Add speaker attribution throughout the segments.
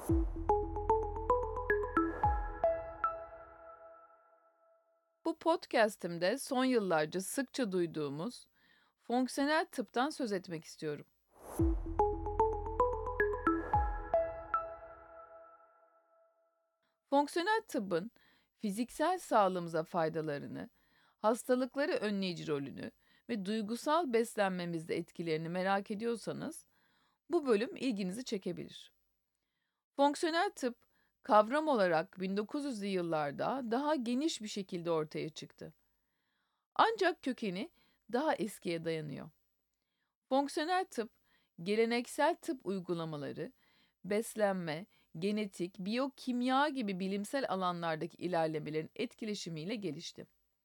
Speaker 1: Bu podcast'imde son yıllarca sıkça duyduğumuz fonksiyonel tıptan söz etmek istiyorum. Fonksiyonel tıbbın fiziksel sağlığımıza faydalarını, hastalıkları önleyici rolünü ve duygusal beslenmemizde etkilerini merak ediyorsanız bu bölüm ilginizi çekebilir. Fonksiyonel tıp kavram olarak 1900'lü yıllarda daha geniş bir şekilde ortaya çıktı. Ancak kökeni daha eskiye dayanıyor. Fonksiyonel tıp, geleneksel tıp uygulamaları, beslenme, genetik, biyokimya gibi bilimsel alanlardaki ilerlemelerin etkileşimiyle gelişti.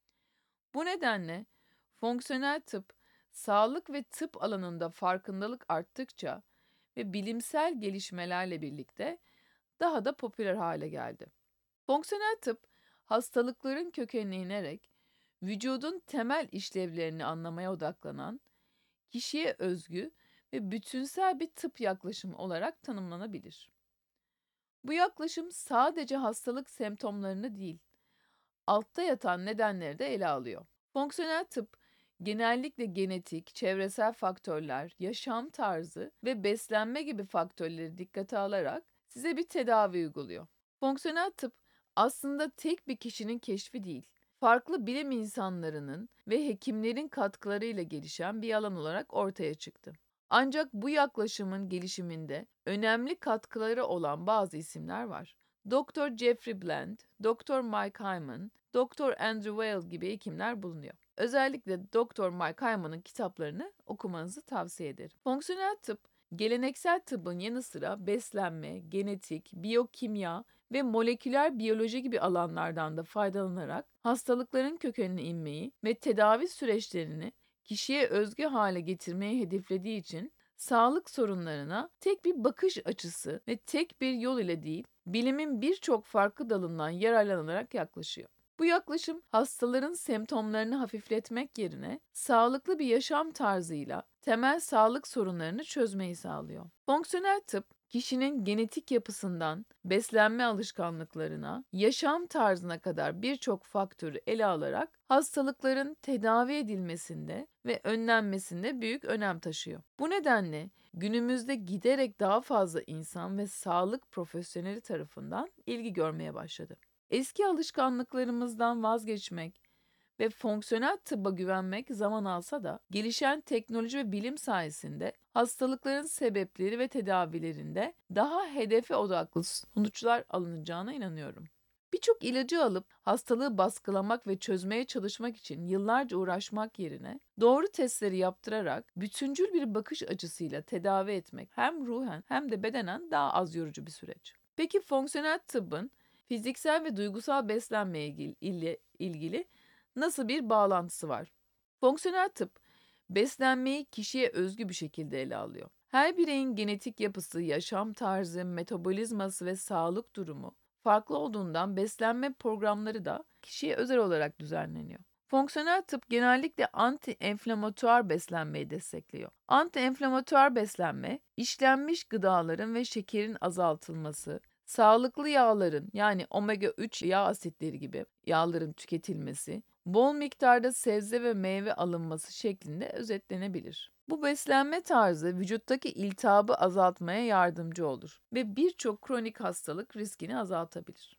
Speaker 1: Bu nedenle fonksiyonel tıp, sağlık ve tıp alanında farkındalık arttıkça ve bilimsel gelişmelerle birlikte daha da popüler hale geldi. Fonksiyonel tıp, hastalıkların kökenine inerek vücudun temel işlevlerini anlamaya odaklanan, kişiye özgü ve bütünsel bir tıp yaklaşımı olarak tanımlanabilir. Bu yaklaşım sadece hastalık semptomlarını değil, altta yatan nedenleri de ele alıyor. Fonksiyonel tıp, genellikle genetik, çevresel faktörler, yaşam tarzı ve beslenme gibi faktörleri dikkate alarak size bir tedavi uyguluyor. Fonksiyonel tıp aslında tek bir kişinin keşfi değil, farklı bilim insanlarının ve hekimlerin katkılarıyla gelişen bir alan olarak ortaya çıktı. Ancak bu yaklaşımın gelişiminde önemli katkıları olan bazı isimler var. Dr. Jeffrey Bland, Dr. Mike Hyman, Dr. Andrew Weil gibi hekimler bulunuyor. Özellikle Dr. Mike Hyman'ın kitaplarını okumanızı tavsiye ederim. Fonksiyonel tıp, geleneksel tıbbın yanı sıra beslenme, genetik, biyokimya ve moleküler biyoloji gibi alanlardan da faydalanarak hastalıkların kökenine inmeyi ve tedavi süreçlerini kişiye özgü hale getirmeyi hedeflediği için sağlık sorunlarına tek bir bakış açısı ve tek bir yol ile değil, bilimin birçok farklı dalından yararlanarak yaklaşıyor. Bu yaklaşım hastaların semptomlarını hafifletmek yerine sağlıklı bir yaşam tarzıyla temel sağlık sorunlarını çözmeyi sağlıyor. Fonksiyonel tıp, kişinin genetik yapısından beslenme alışkanlıklarına, yaşam tarzına kadar birçok faktörü ele alarak hastalıkların tedavi edilmesinde ve önlenmesinde büyük önem taşıyor. Bu nedenle günümüzde giderek daha fazla insan ve sağlık profesyoneli tarafından ilgi görmeye başladı. Eski alışkanlıklarımızdan vazgeçmek ve fonksiyonel tıbba güvenmek zaman alsa da gelişen teknoloji ve bilim sayesinde hastalıkların sebepleri ve tedavilerinde daha hedefe odaklı sonuçlar alınacağına inanıyorum. Birçok ilacı alıp hastalığı baskılamak ve çözmeye çalışmak için yıllarca uğraşmak yerine doğru testleri yaptırarak bütüncül bir bakış açısıyla tedavi etmek hem ruhen hem de bedenen daha az yorucu bir süreç. Peki fonksiyonel tıbbın fiziksel ve duygusal beslenmeye ilgili nasıl bir bağlantısı var? Fonksiyonel tıp, beslenmeyi kişiye özgü bir şekilde ele alıyor. Her bireyin genetik yapısı, yaşam tarzı, metabolizması ve sağlık durumu farklı olduğundan beslenme programları da kişiye özel olarak düzenleniyor. Fonksiyonel tıp genellikle anti-enflamatuar beslenmeyi destekliyor. Anti-enflamatuar beslenme, işlenmiş gıdaların ve şekerin azaltılması, sağlıklı yağların yani omega 3 yağ asitleri gibi yağların tüketilmesi, bol miktarda sebze ve meyve alınması şeklinde özetlenebilir. Bu beslenme tarzı vücuttaki iltihabı azaltmaya yardımcı olur ve birçok kronik hastalık riskini azaltabilir.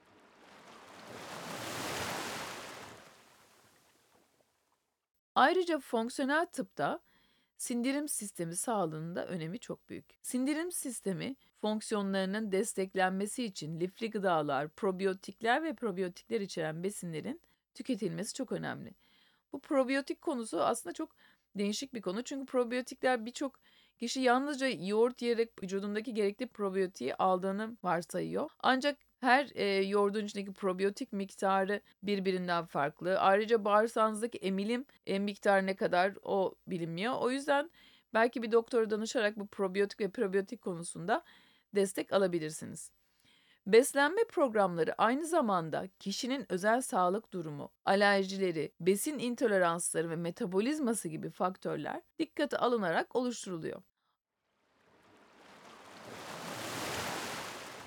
Speaker 1: Ayrıca fonksiyonel tıpta sindirim sistemi sağlığında önemi çok büyük. Sindirim sistemi fonksiyonlarının desteklenmesi için lifli gıdalar, probiyotikler ve probiyotikler içeren besinlerin tüketilmesi çok önemli. Bu probiyotik konusu aslında çok değişik bir konu. Çünkü probiyotikler birçok kişi yalnızca yoğurt yiyerek vücudundaki gerekli probiyotiği aldığını varsayıyor. Ancak her yoğurdun içindeki probiyotik miktarı birbirinden farklı. Ayrıca bağırsağınızdaki emilim miktarı ne kadar o bilinmiyor. O yüzden belki bir doktora danışarak bu probiyotik ve prebiyotik konusunda destek alabilirsiniz. Beslenme programları aynı zamanda kişinin özel sağlık durumu, alerjileri, besin intoleransları ve metabolizması gibi faktörler dikkate alınarak oluşturuluyor.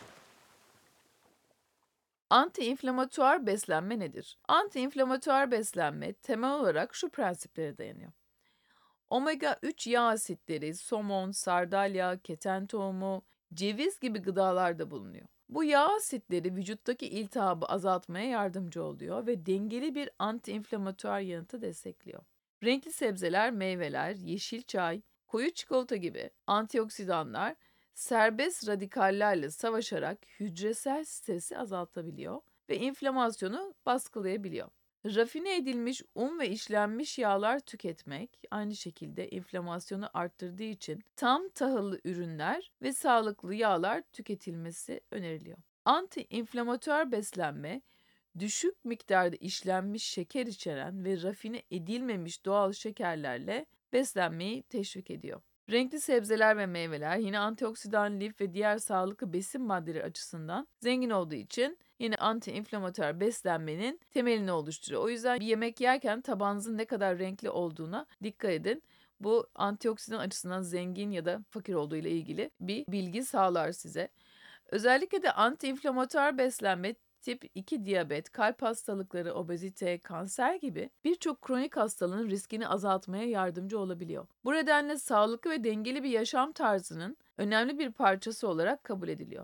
Speaker 1: Antiinflamatuar beslenme nedir? Antiinflamatuar beslenme temel olarak şu prensiplere dayanıyor. Omega 3 yağ asitleri, somon, sardalya, keten tohumu, ceviz gibi gıdalarda bulunuyor. Bu yağ asitleri vücuttaki iltihabı azaltmaya yardımcı oluyor ve dengeli bir antiinflamatuar yanıtı destekliyor. Renkli sebzeler, meyveler, yeşil çay, koyu çikolata gibi antioksidanlar serbest radikallerle savaşarak hücresel stresi azaltabiliyor ve inflamasyonu baskılayabiliyor. Rafine edilmiş un ve işlenmiş yağlar tüketmek aynı şekilde inflamasyonu arttırdığı için tam tahıllı ürünler ve sağlıklı yağlar tüketilmesi öneriliyor. Anti-inflamatuar beslenme, düşük miktarda işlenmiş şeker içeren ve rafine edilmemiş doğal şekerlerle beslenmeyi teşvik ediyor. Renkli sebzeler ve meyveler yine antioksidan, lif ve diğer sağlıklı besin maddeleri açısından zengin olduğu için yine antiinflamatuar beslenmenin temelini oluşturuyor. O yüzden bir yemek yerken tabağınızın ne kadar renkli olduğuna dikkat edin. Bu antioksidan açısından zengin ya da fakir olduğu ile ilgili bir bilgi sağlar size. Özellikle de antiinflamatuar beslenme tip 2 diyabet, kalp hastalıkları, obezite, kanser gibi birçok kronik hastalığın riskini azaltmaya yardımcı olabiliyor. Bu nedenle sağlıklı ve dengeli bir yaşam tarzının önemli bir parçası olarak kabul ediliyor.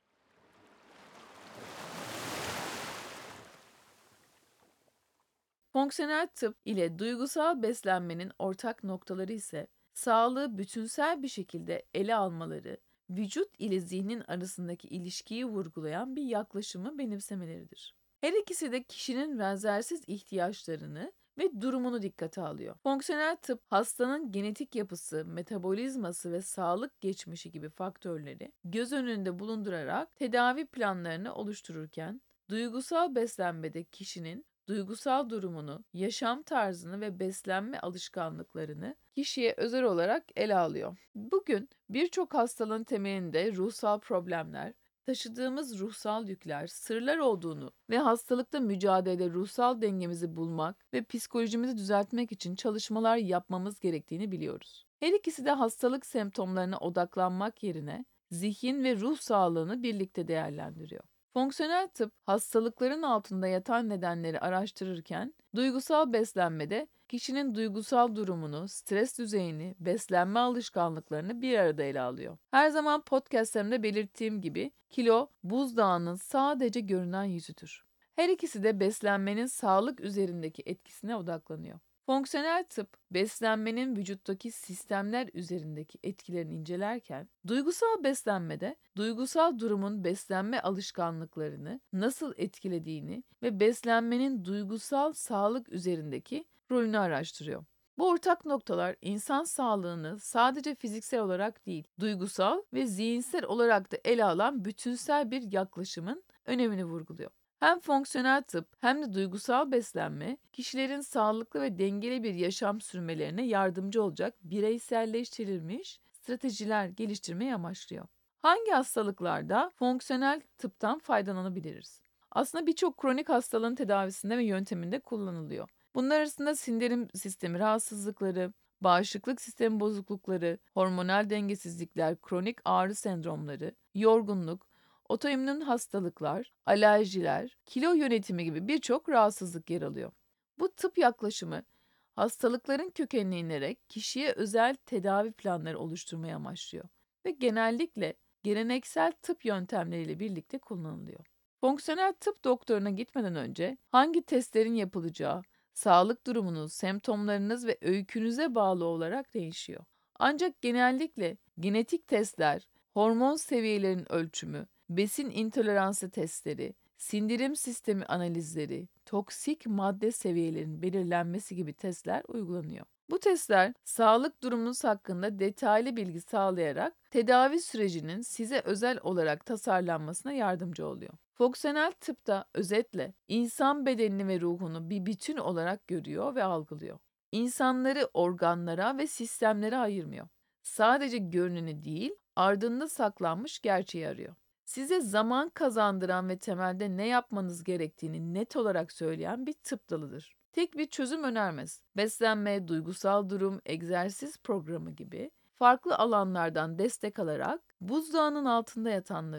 Speaker 1: Fonksiyonel tıp ile duygusal beslenmenin ortak noktaları ise sağlığı bütünsel bir şekilde ele almaları, vücut ile zihnin arasındaki ilişkiyi vurgulayan bir yaklaşımı benimsemeleridir. Her ikisi de kişinin benzersiz ihtiyaçlarını ve durumunu dikkate alıyor. Fonksiyonel tıp hastanın genetik yapısı, metabolizması ve sağlık geçmişi gibi faktörleri göz önünde bulundurarak tedavi planlarını oluştururken, duygusal beslenmede kişinin duygusal durumunu, yaşam tarzını ve beslenme alışkanlıklarını kişiye özel olarak ele alıyor. Bugün birçok hastalığın temelinde ruhsal problemler, taşıdığımız ruhsal yükler, sırlar olduğunu ve hastalıkta mücadelede ruhsal dengemizi bulmak ve psikolojimizi düzeltmek için çalışmalar yapmamız gerektiğini biliyoruz. Her ikisi de hastalık semptomlarına odaklanmak yerine zihin ve ruh sağlığını birlikte değerlendiriyor. Fonksiyonel tıp hastalıkların altında yatan nedenleri araştırırken, duygusal beslenmede kişinin duygusal durumunu, stres düzeyini, beslenme alışkanlıklarını bir arada ele alıyor. Her zaman podcastlerimde belirttiğim gibi kilo buzdağının sadece görünen yüzüdür. Her ikisi de beslenmenin sağlık üzerindeki etkisine odaklanıyor. Fonksiyonel tıp, beslenmenin vücuttaki sistemler üzerindeki etkilerini incelerken, duygusal beslenmede duygusal durumun beslenme alışkanlıklarını nasıl etkilediğini ve beslenmenin duygusal sağlık üzerindeki rolünü araştırıyor. Bu ortak noktalar insan sağlığını sadece fiziksel olarak değil, duygusal ve zihinsel olarak da ele alan bütünsel bir yaklaşımın önemini vurguluyor. Hem fonksiyonel tıp hem de duygusal beslenme, kişilerin sağlıklı ve dengeli bir yaşam sürmelerine yardımcı olacak bireyselleştirilmiş stratejiler geliştirmeyi amaçlıyor. Hangi hastalıklarda fonksiyonel tıptan faydalanabiliriz? Aslında birçok kronik hastalığın tedavisinde ve yönteminde kullanılıyor. Bunlar arasında sindirim sistemi rahatsızlıkları, bağışıklık sistemi bozuklukları, hormonal dengesizlikler, kronik ağrı sendromları, yorgunluk, otoimmün hastalıklar, alerjiler, kilo yönetimi gibi birçok rahatsızlık yer alıyor. Bu tıp yaklaşımı hastalıkların kökenine inerek kişiye özel tedavi planları oluşturmaya amaçlıyor ve genellikle geleneksel tıp yöntemleriyle birlikte kullanılıyor. Fonksiyonel tıp doktoruna gitmeden önce hangi testlerin yapılacağı, sağlık durumunuz, semptomlarınız ve öykünüze bağlı olarak değişiyor. Ancak genellikle genetik testler, hormon seviyelerinin ölçümü, besin intoleransı testleri, sindirim sistemi analizleri, toksik madde seviyelerinin belirlenmesi gibi testler uygulanıyor. Bu testler sağlık durumunuz hakkında detaylı bilgi sağlayarak tedavi sürecinin size özel olarak tasarlanmasına yardımcı oluyor. Fonksiyonel tıpta özetle insan bedenini ve ruhunu bir bütün olarak görüyor ve algılıyor. İnsanları organlara ve sistemlere ayırmıyor. Sadece görüneni değil, ardında saklanmış gerçeği arıyor. Size zaman kazandıran ve temelde ne yapmanız gerektiğini net olarak söyleyen bir tıp dalıdır. Tek bir çözüm önermez. Beslenme, duygusal durum, egzersiz programı gibi farklı alanlardan destek alarak buzdağının altında yatanları,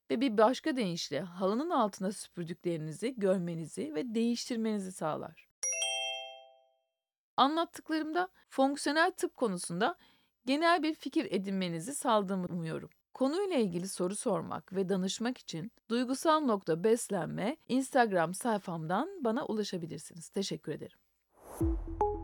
Speaker 1: ve bir başka deyişle halının altına süpürdüklerinizi görmenizi ve değiştirmenizi sağlar. Anlattıklarımda fonksiyonel tıp konusunda genel bir fikir edinmenizi sağladığımı umuyorum. Konuyla ilgili soru sormak ve danışmak için duygusal.beslenme Instagram sayfamdan bana ulaşabilirsiniz. Teşekkür ederim.